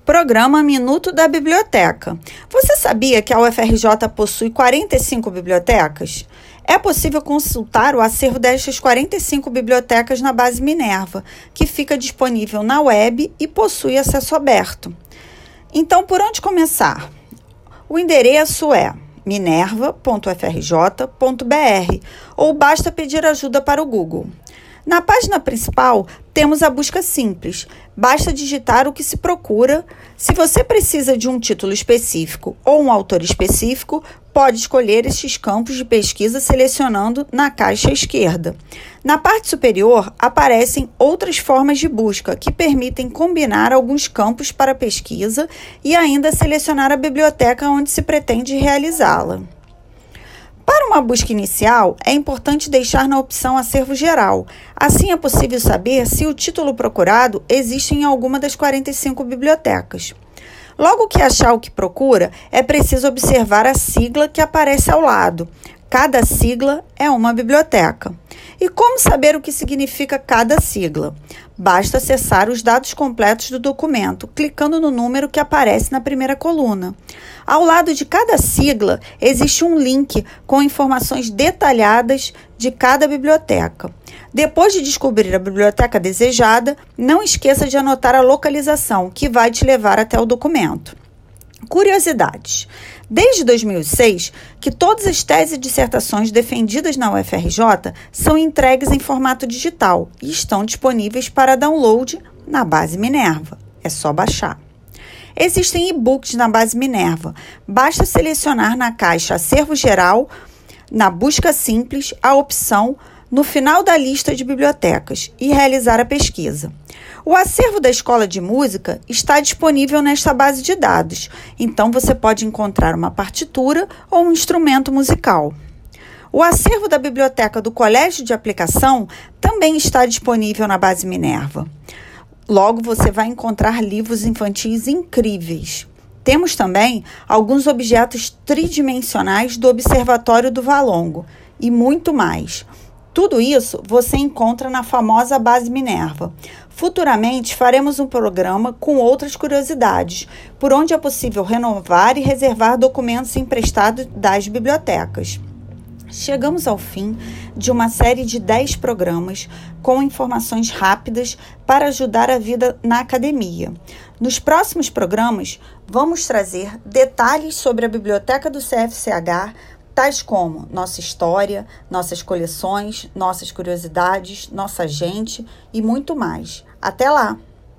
Programa Minuto da Biblioteca. Você sabia que a UFRJ possui 45 bibliotecas? É possível consultar o acervo destas 45 bibliotecas na base Minerva, que fica disponível na web e possui acesso aberto. Então, por onde começar? O endereço é minerva.ufrj.br ou basta pedir ajuda para o Google. Na página principal, temos a busca simples. Basta digitar o que se procura. Se você precisa de um título específico ou um autor específico, pode escolher estes campos de pesquisa selecionando na caixa esquerda. Na parte superior, aparecem outras formas de busca que permitem combinar alguns campos para pesquisa e ainda selecionar a biblioteca onde se pretende realizá-la. Para uma busca inicial, é importante deixar na opção Acervo Geral. Assim é possível saber se o título procurado existe em alguma das 45 bibliotecas. Logo que achar o que procura, é preciso observar a sigla que aparece ao lado. Cada sigla é uma biblioteca. E como saber o que significa cada sigla? Basta acessar os dados completos do documento, clicando no número que aparece na primeira coluna. Ao lado de cada sigla, existe um link com informações detalhadas de cada biblioteca. Depois de descobrir a biblioteca desejada, não esqueça de anotar a localização, que vai te levar até o documento. Curiosidades. Desde 2006, que todas as teses e dissertações defendidas na UFRJ são entregues em formato digital e estão disponíveis para download na base Minerva. É só baixar. Existem e-books na base Minerva. Basta selecionar na caixa Acervo Geral, na busca simples, a opção no final da lista de bibliotecas e realizar a pesquisa. O acervo da Escola de Música está disponível nesta base de dados, então você pode encontrar uma partitura ou um instrumento musical. O acervo da Biblioteca do Colégio de Aplicação também está disponível na base Minerva. Logo, você vai encontrar livros infantis incríveis. Temos também alguns objetos tridimensionais do Observatório do Valongo e muito mais. Tudo isso você encontra na famosa base Minerva. Futuramente faremos um programa com outras curiosidades, por onde é possível renovar e reservar documentos emprestados das bibliotecas. Chegamos ao fim de uma série de 10 programas com informações rápidas para ajudar a vida na academia. Nos próximos programas, vamos trazer detalhes sobre a biblioteca do CFCH, tais como nossa história, nossas coleções, nossas curiosidades, nossa gente e muito mais. Até lá!